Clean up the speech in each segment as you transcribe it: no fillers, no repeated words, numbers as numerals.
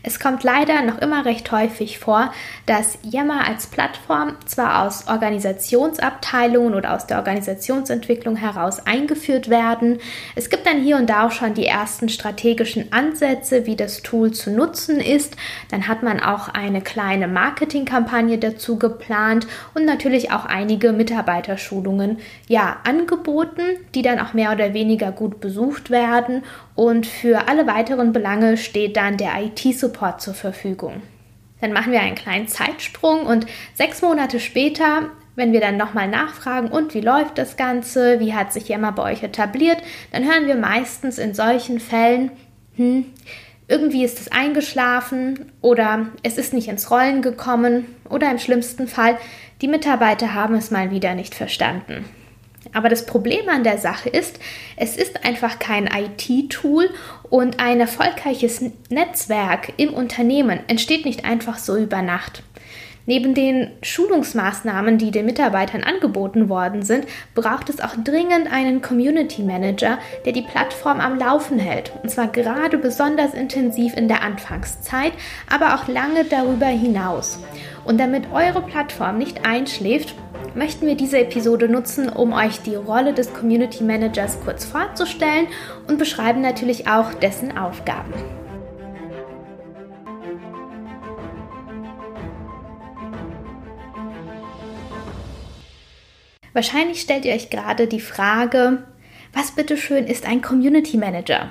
Es kommt leider noch immer recht häufig vor, dass Yammer als Plattform zwar aus Organisationsabteilungen oder aus der Organisationsentwicklung heraus eingeführt werden. Es gibt dann hier und da auch schon die ersten strategischen Ansätze, wie das Tool zu nutzen ist. Dann hat man auch eine kleine Marketingkampagne dazu geplant und natürlich auch einige Mitarbeiterschulungen angeboten, die dann auch mehr oder weniger gut besucht werden. Und für alle weiteren Belange steht dann der IT-Support zur Verfügung. Dann machen wir einen kleinen Zeitsprung und 6 Monate später, wenn wir dann nochmal nachfragen, und wie läuft das Ganze, wie hat sich Yammer bei euch etabliert, dann hören wir meistens in solchen Fällen, irgendwie ist es eingeschlafen oder es ist nicht ins Rollen gekommen oder im schlimmsten Fall, die Mitarbeiter haben es mal wieder nicht verstanden. Aber das Problem an der Sache ist, es ist einfach kein IT-Tool und ein erfolgreiches Netzwerk im Unternehmen entsteht nicht einfach so über Nacht. Neben den Schulungsmaßnahmen, die den Mitarbeitern angeboten worden sind, braucht es auch dringend einen Community Manager, der die Plattform am Laufen hält. Und zwar gerade besonders intensiv in der Anfangszeit, aber auch lange darüber hinaus. Und damit eure Plattform nicht einschläft, möchten wir diese Episode nutzen, um euch die Rolle des Community Managers kurz vorzustellen und beschreiben natürlich auch dessen Aufgaben. Wahrscheinlich stellt ihr euch gerade die Frage, was bitteschön ist ein Community Manager?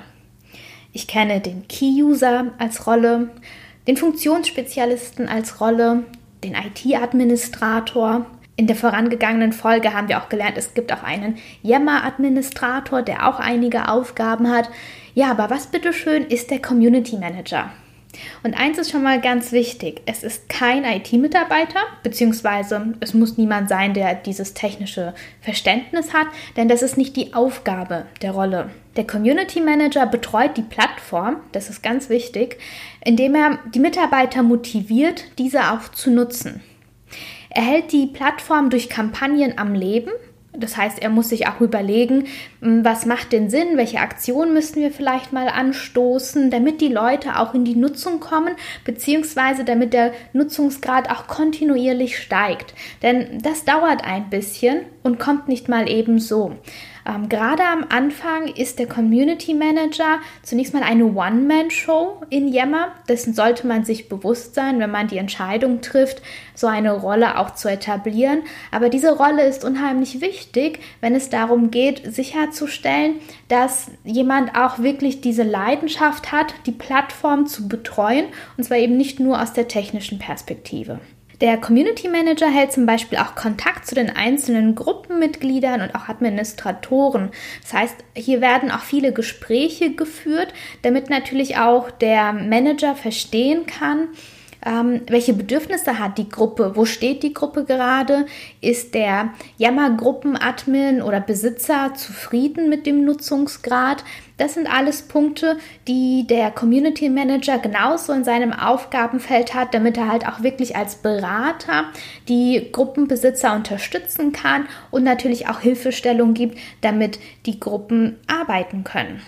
Ich kenne den Key-User als Rolle, den Funktionsspezialisten als Rolle, den IT-Administrator. In der vorangegangenen Folge haben wir auch gelernt, es gibt auch einen Yammer-Administrator, der auch einige Aufgaben hat. Ja, aber was bitteschön ist der Community Manager? Und eins ist schon mal ganz wichtig, es ist kein IT-Mitarbeiter, beziehungsweise es muss niemand sein, der dieses technische Verständnis hat, denn das ist nicht die Aufgabe der Rolle. Der Community Manager betreut die Plattform, das ist ganz wichtig, indem er die Mitarbeiter motiviert, diese auch zu nutzen. Er hält die Plattform durch Kampagnen am Leben. Das heißt, er muss sich auch überlegen, was macht denn Sinn, welche Aktionen müssten wir vielleicht mal anstoßen, damit die Leute auch in die Nutzung kommen, beziehungsweise damit der Nutzungsgrad auch kontinuierlich steigt. Denn das dauert ein bisschen und kommt nicht mal eben so. Gerade am Anfang ist der Community Manager zunächst mal eine One-Man-Show in Yammer. Dessen sollte man sich bewusst sein, wenn man die Entscheidung trifft, so eine Rolle auch zu etablieren. Aber diese Rolle ist unheimlich wichtig, wenn es darum geht, sicherzustellen, dass jemand auch wirklich diese Leidenschaft hat, die Plattform zu betreuen, und zwar eben nicht nur aus der technischen Perspektive. Der Community Manager hält zum Beispiel auch Kontakt zu den einzelnen Gruppenmitgliedern und auch Administratoren. Das heißt, hier werden auch viele Gespräche geführt, damit natürlich auch der Manager verstehen kann, welche Bedürfnisse hat die Gruppe, wo steht die Gruppe gerade, ist der Yammer-Gruppen-Admin oder Besitzer zufrieden mit dem Nutzungsgrad. Das sind alles Punkte, die der Community Manager genauso in seinem Aufgabenfeld hat, damit er halt auch wirklich als Berater die Gruppenbesitzer unterstützen kann und natürlich auch Hilfestellung gibt, damit die Gruppen arbeiten können.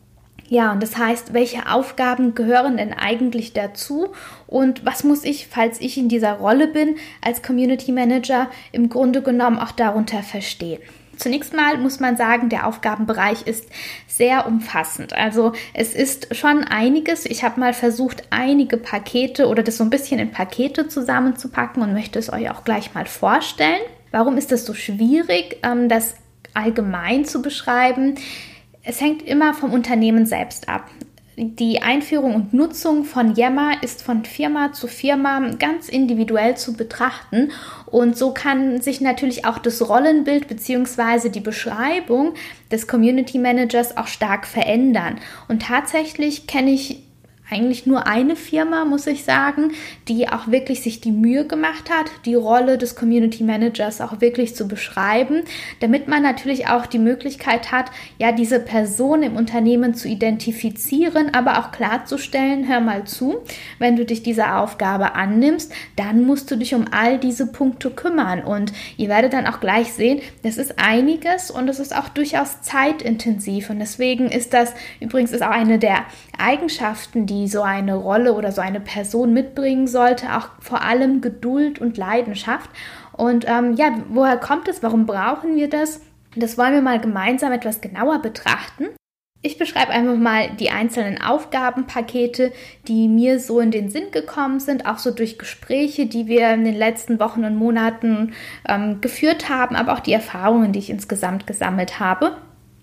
Ja, und das heißt, welche Aufgaben gehören denn eigentlich dazu und was muss ich, falls ich in dieser Rolle bin, als Community Manager im Grunde genommen auch darunter verstehen? Zunächst mal muss man sagen, der Aufgabenbereich ist sehr umfassend. Also es ist schon einiges. Ich habe mal versucht, einige Pakete oder das so ein bisschen in Pakete zusammenzupacken und möchte es euch auch gleich mal vorstellen. Warum ist das so schwierig, das allgemein zu beschreiben? Es hängt immer vom Unternehmen selbst ab. Die Einführung und Nutzung von Yammer ist von Firma zu Firma ganz individuell zu betrachten und so kann sich natürlich auch das Rollenbild bzw. die Beschreibung des Community Managers auch stark verändern. Und tatsächlich kenne ich eigentlich nur eine Firma, muss ich sagen, die auch wirklich sich die Mühe gemacht hat, die Rolle des Community Managers auch wirklich zu beschreiben, damit man natürlich auch die Möglichkeit hat, ja, diese Person im Unternehmen zu identifizieren, aber auch klarzustellen, hör mal zu, wenn du dich dieser Aufgabe annimmst, dann musst du dich um all diese Punkte kümmern und ihr werdet dann auch gleich sehen, das ist einiges und es ist auch durchaus zeitintensiv und deswegen ist das übrigens auch eine der Eigenschaften, die die so eine Rolle oder so eine Person mitbringen sollte, auch vor allem Geduld und Leidenschaft. Und woher kommt es? Warum brauchen wir das? Das wollen wir mal gemeinsam etwas genauer betrachten. Ich beschreibe einfach mal die einzelnen Aufgabenpakete, die mir so in den Sinn gekommen sind, auch so durch Gespräche, die wir in den letzten Wochen und Monaten geführt haben, aber auch die Erfahrungen, die ich insgesamt gesammelt habe.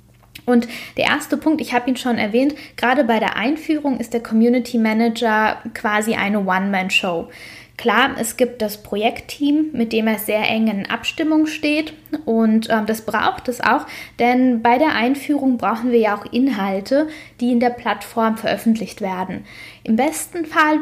Und der erste Punkt, ich habe ihn schon erwähnt, gerade bei der Einführung ist der Community Manager quasi eine One-Man-Show. Klar, es gibt das Projektteam, mit dem er sehr eng in Abstimmung steht und das braucht es auch, denn bei der Einführung brauchen wir ja auch Inhalte, die in der Plattform veröffentlicht werden. Im besten Fall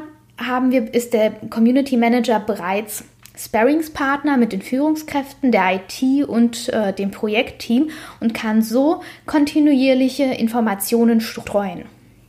ist der Community Manager bereits Sparringspartner mit den Führungskräften der IT und dem Projektteam und kann so kontinuierliche Informationen streuen.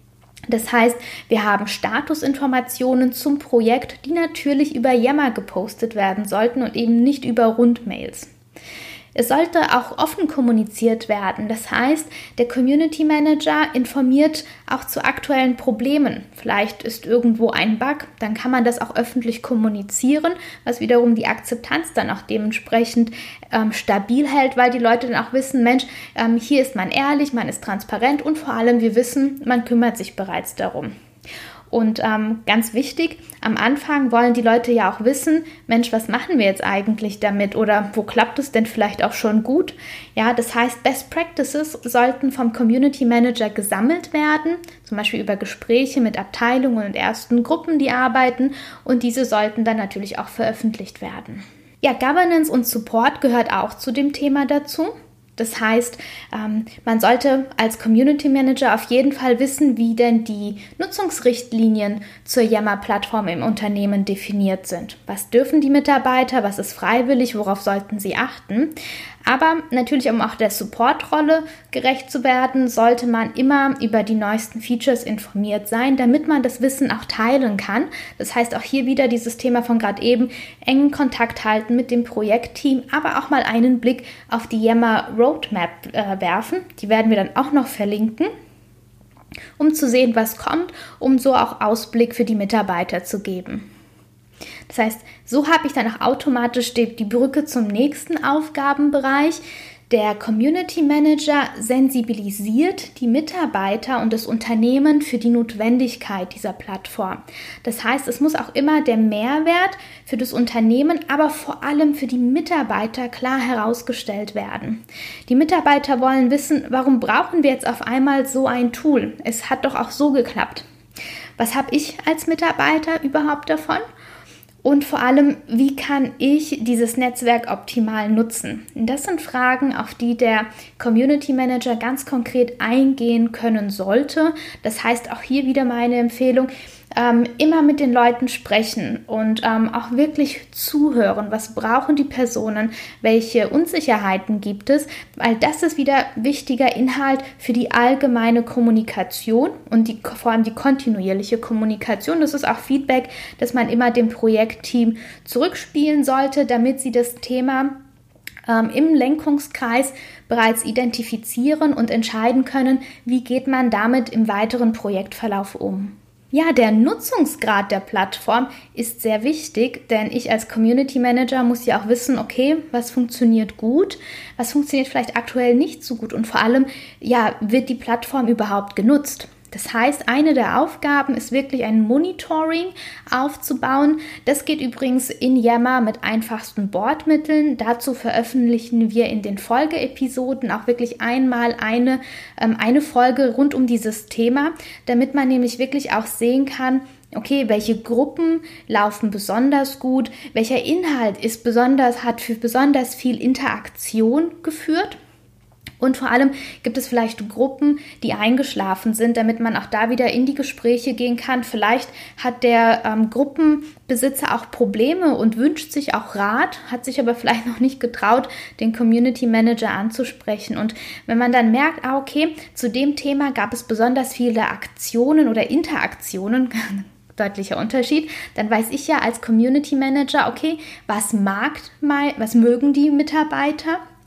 Das heißt, wir haben Statusinformationen zum Projekt, die natürlich über Yammer gepostet werden sollten und eben nicht über Rundmails. Es sollte auch offen kommuniziert werden. Das heißt, der Community Manager informiert auch zu aktuellen Problemen. Vielleicht ist irgendwo ein Bug, dann kann man das auch öffentlich kommunizieren, was wiederum die Akzeptanz dann auch dementsprechend stabil hält, weil die Leute dann auch wissen, Mensch, hier ist man ehrlich, man ist transparent und vor allem wir wissen, man kümmert sich bereits darum. Und ganz wichtig, am Anfang wollen die Leute ja auch wissen, Mensch, was machen wir jetzt eigentlich damit oder wo klappt es denn vielleicht auch schon gut? Ja, das heißt, Best Practices sollten vom Community Manager gesammelt werden, zum Beispiel über Gespräche mit Abteilungen und ersten Gruppen, die arbeiten und diese sollten dann natürlich auch veröffentlicht werden. Ja, Governance und Support gehört auch zu dem Thema dazu. Das heißt, man sollte als Community Manager auf jeden Fall wissen, wie denn die Nutzungsrichtlinien zur Yammer-Plattform im Unternehmen definiert sind. Was dürfen die Mitarbeiter, was ist freiwillig, worauf sollten sie achten? Aber natürlich, um auch der Support-Rolle gerecht zu werden, sollte man immer über die neuesten Features informiert sein, damit man das Wissen auch teilen kann. Das heißt auch hier wieder dieses Thema von gerade eben, engen Kontakt halten mit dem Projektteam, aber auch mal einen Blick auf die Yammer Roadmap werfen. Die werden wir dann auch noch verlinken, um zu sehen, was kommt, um so auch Ausblick für die Mitarbeiter zu geben. Das heißt, so habe ich dann auch automatisch die Brücke zum nächsten Aufgabenbereich. Der Community Manager sensibilisiert die Mitarbeiter und das Unternehmen für die Notwendigkeit dieser Plattform. Das heißt, es muss auch immer der Mehrwert für das Unternehmen, aber vor allem für die Mitarbeiter klar herausgestellt werden. Die Mitarbeiter wollen wissen, warum brauchen wir jetzt auf einmal so ein Tool? Es hat doch auch so geklappt. Was habe ich als Mitarbeiter überhaupt davon? Und vor allem, wie kann ich dieses Netzwerk optimal nutzen? Das sind Fragen, auf die der Community Manager ganz konkret eingehen können sollte. Das heißt, auch hier wieder meine Empfehlung, immer mit den Leuten sprechen und auch wirklich zuhören. Was brauchen die Personen? Welche Unsicherheiten gibt es? Weil das ist wieder wichtiger Inhalt für die allgemeine Kommunikation und vor allem die kontinuierliche Kommunikation. Das ist auch Feedback, das man immer dem Projektteam zurückspielen sollte, damit sie das Thema im Lenkungskreis bereits identifizieren und entscheiden können, wie geht man damit im weiteren Projektverlauf um. Ja, der Nutzungsgrad der Plattform ist sehr wichtig, denn ich als Community Manager muss ja auch wissen, okay, was funktioniert gut, was funktioniert vielleicht aktuell nicht so gut und vor allem, ja, wird die Plattform überhaupt genutzt? Das heißt, eine der Aufgaben ist wirklich ein Monitoring aufzubauen. Das geht übrigens in Yammer mit einfachsten Bordmitteln. Dazu veröffentlichen wir in den Folgeepisoden auch wirklich einmal eine Folge rund um dieses Thema, damit man nämlich wirklich auch sehen kann, okay, welche Gruppen laufen besonders gut, welcher Inhalt hat für besonders viel Interaktion geführt. Und vor allem gibt es vielleicht Gruppen, die eingeschlafen sind, damit man auch da wieder in die Gespräche gehen kann. Vielleicht hat der Gruppenbesitzer auch Probleme und wünscht sich auch Rat, hat sich aber vielleicht noch nicht getraut, den Community Manager anzusprechen. Und wenn man dann merkt, okay, zu dem Thema gab es besonders viele Aktionen oder Interaktionen, deutlicher Unterschied, dann weiß ich ja als Community Manager, okay, was mögen die Mitarbeiter?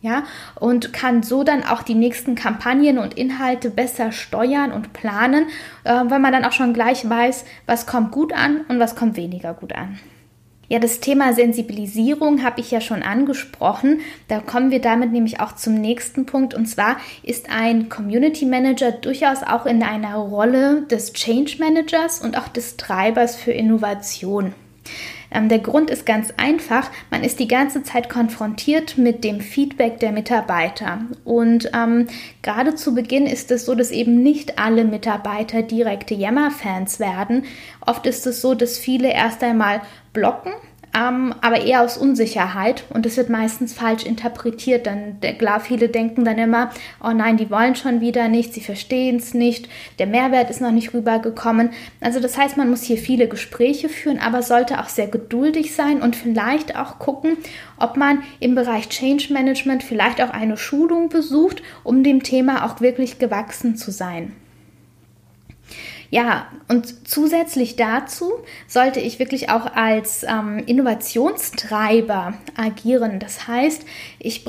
ja, und kann so dann auch die nächsten Kampagnen und Inhalte besser steuern und planen, weil man dann auch schon gleich weiß, was kommt gut an und was kommt weniger gut an. Ja, das Thema Sensibilisierung habe ich ja schon angesprochen. Da kommen wir damit nämlich auch zum nächsten Punkt. Und zwar ist ein Community Manager durchaus auch in einer Rolle des Change Managers und auch des Treibers für Innovation. Der Grund ist ganz einfach, man ist die ganze Zeit konfrontiert mit dem Feedback der Mitarbeiter. Und gerade zu Beginn ist es so, dass eben nicht alle Mitarbeiter direkte Yammer-Fans werden. Oft ist es so, dass viele erst einmal blocken, aber eher aus Unsicherheit, und das wird meistens falsch interpretiert. Dann, klar, viele denken dann immer, oh nein, die wollen schon wieder nicht, sie verstehen es nicht, der Mehrwert ist noch nicht rübergekommen. Also das heißt, man muss hier viele Gespräche führen, aber sollte auch sehr geduldig sein und vielleicht auch gucken, ob man im Bereich Change Management vielleicht auch eine Schulung besucht, um dem Thema auch wirklich gewachsen zu sein. Ja, und zusätzlich dazu sollte ich wirklich auch als Innovationstreiber agieren. Das heißt, ich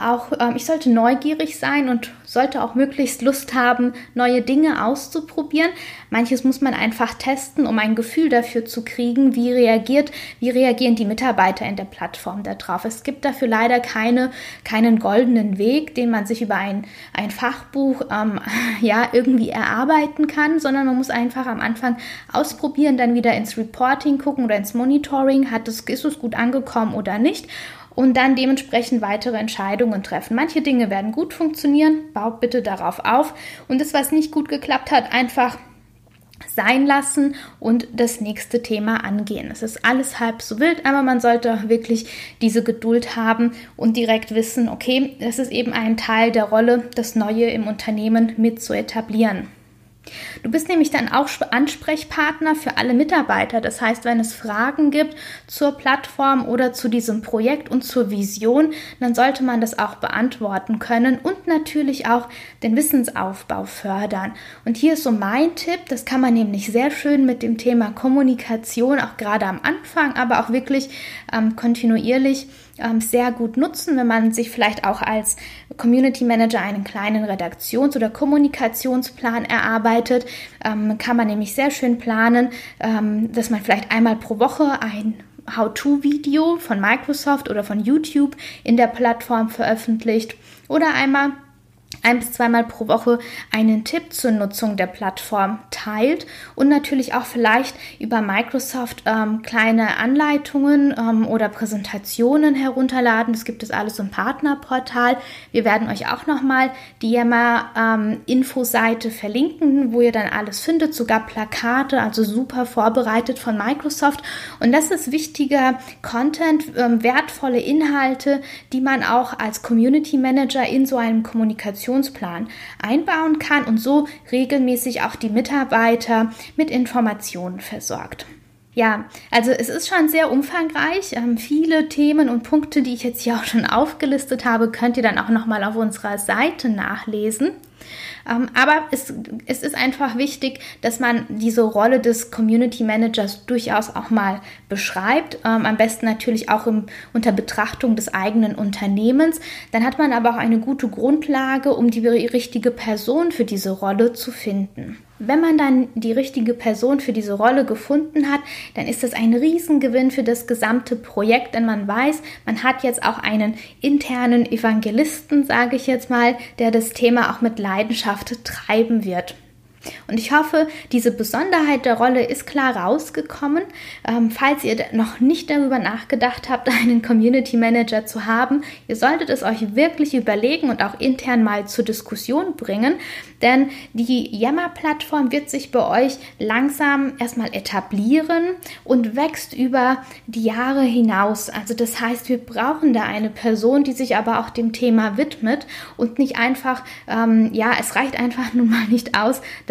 sollte neugierig sein und sollte auch möglichst Lust haben, neue Dinge auszuprobieren. Manches muss man einfach testen, um ein Gefühl dafür zu kriegen, wie reagieren die Mitarbeiter in der Plattform darauf. Es gibt dafür leider keinen goldenen Weg, den man sich über ein Fachbuch irgendwie erarbeiten kann, sondern man muss einfach am Anfang ausprobieren, dann wieder ins Reporting gucken oder ins Monitoring, ist es gut angekommen oder nicht, und dann dementsprechend weitere Entscheidungen treffen. Manche Dinge werden gut funktionieren, baut bitte darauf auf, und das, was nicht gut geklappt hat, einfach sein lassen und das nächste Thema angehen. Es ist alles halb so wild, aber man sollte wirklich diese Geduld haben und direkt wissen, okay, das ist eben ein Teil der Rolle, das Neue im Unternehmen mit zu etablieren. Du bist nämlich dann auch Ansprechpartner für alle Mitarbeiter. Das heißt, wenn es Fragen gibt zur Plattform oder zu diesem Projekt und zur Vision, dann sollte man das auch beantworten können und natürlich auch den Wissensaufbau fördern. Und hier ist so mein Tipp, das kann man nämlich sehr schön mit dem Thema Kommunikation, auch gerade am Anfang, aber auch wirklich kontinuierlich sehr gut nutzen, wenn man sich vielleicht auch als Community Manager einen kleinen Redaktions- oder Kommunikationsplan erarbeitet, kann man nämlich sehr schön planen, dass man vielleicht einmal pro Woche ein How-to-Video von Microsoft oder von YouTube in der Plattform veröffentlicht oder ein- bis zweimal pro Woche einen Tipp zur Nutzung der Plattform teilt und natürlich auch vielleicht über Microsoft kleine Anleitungen oder Präsentationen herunterladen. Das gibt es alles im Partnerportal. Wir werden euch auch nochmal die Yammer-Infoseite verlinken, wo ihr dann alles findet, sogar Plakate, also super vorbereitet von Microsoft. Und das ist wichtiger Content, wertvolle Inhalte, die man auch als Community Manager in so einem Kommunikationsplan einbauen kann und so regelmäßig auch die Mitarbeiter mit Informationen versorgt. Ja, also es ist schon sehr umfangreich. Viele Themen und Punkte, die ich jetzt hier auch schon aufgelistet habe, könnt ihr dann auch nochmal auf unserer Seite nachlesen. Aber es ist einfach wichtig, dass man diese Rolle des Community Managers durchaus auch mal beschreibt. Am besten natürlich auch unter Betrachtung des eigenen Unternehmens. Dann hat man aber auch eine gute Grundlage, um die richtige Person für diese Rolle zu finden. Wenn man dann die richtige Person für diese Rolle gefunden hat, dann ist das ein Riesengewinn für das gesamte Projekt, denn man weiß, man hat jetzt auch einen internen Evangelisten, sage ich jetzt mal, der das Thema auch mit Leidenschaft treiben wird. Und ich hoffe, diese Besonderheit der Rolle ist klar rausgekommen. Falls ihr noch nicht darüber nachgedacht habt, einen Community Manager zu haben, ihr solltet es euch wirklich überlegen und auch intern mal zur Diskussion bringen, denn die Yammer-Plattform wird sich bei euch langsam erstmal etablieren und wächst über die Jahre hinaus. Also das heißt, wir brauchen da eine Person, die sich aber auch dem Thema widmet und nicht einfach, es reicht einfach nun mal nicht aus, dass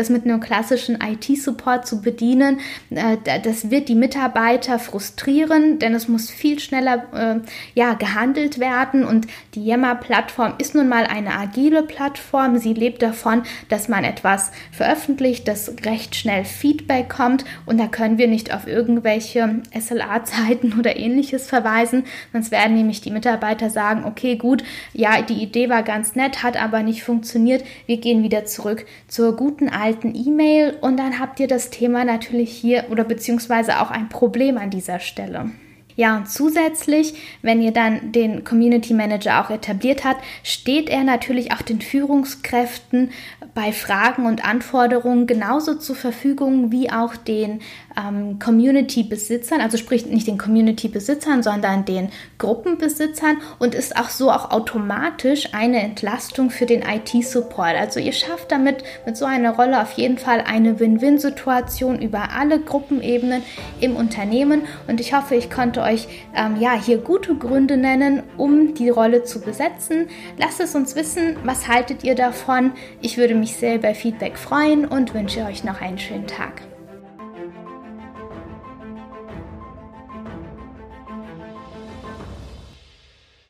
das mit einem klassischen IT-Support zu bedienen, das wird die Mitarbeiter frustrieren, denn es muss viel schneller gehandelt werden und die Yammer-Plattform ist nun mal eine agile Plattform. Sie lebt davon, dass man etwas veröffentlicht, dass recht schnell Feedback kommt und da können wir nicht auf irgendwelche SLA-Zeiten oder ähnliches verweisen, sonst werden nämlich die Mitarbeiter sagen, okay, gut, ja, die Idee war ganz nett, hat aber nicht funktioniert, wir gehen wieder zurück zur guten alten E-Mail und dann habt ihr das Thema natürlich hier oder beziehungsweise auch ein Problem an dieser Stelle. Ja, und zusätzlich, wenn ihr dann den Community Manager auch etabliert habt, steht er natürlich auch den Führungskräften bei Fragen und Anforderungen genauso zur Verfügung wie auch den Community-Besitzern, also sprich nicht den Community-Besitzern, sondern den Gruppenbesitzern und ist auch so auch automatisch eine Entlastung für den IT-Support. Also ihr schafft damit mit so einer Rolle auf jeden Fall eine Win-Win-Situation über alle Gruppenebenen im Unternehmen und ich hoffe, ich konnte euch hier gute Gründe nennen, um die Rolle zu besetzen. Lasst es uns wissen, was haltet ihr davon? Ich würde mich sehr über Feedback freuen und wünsche euch noch einen schönen Tag.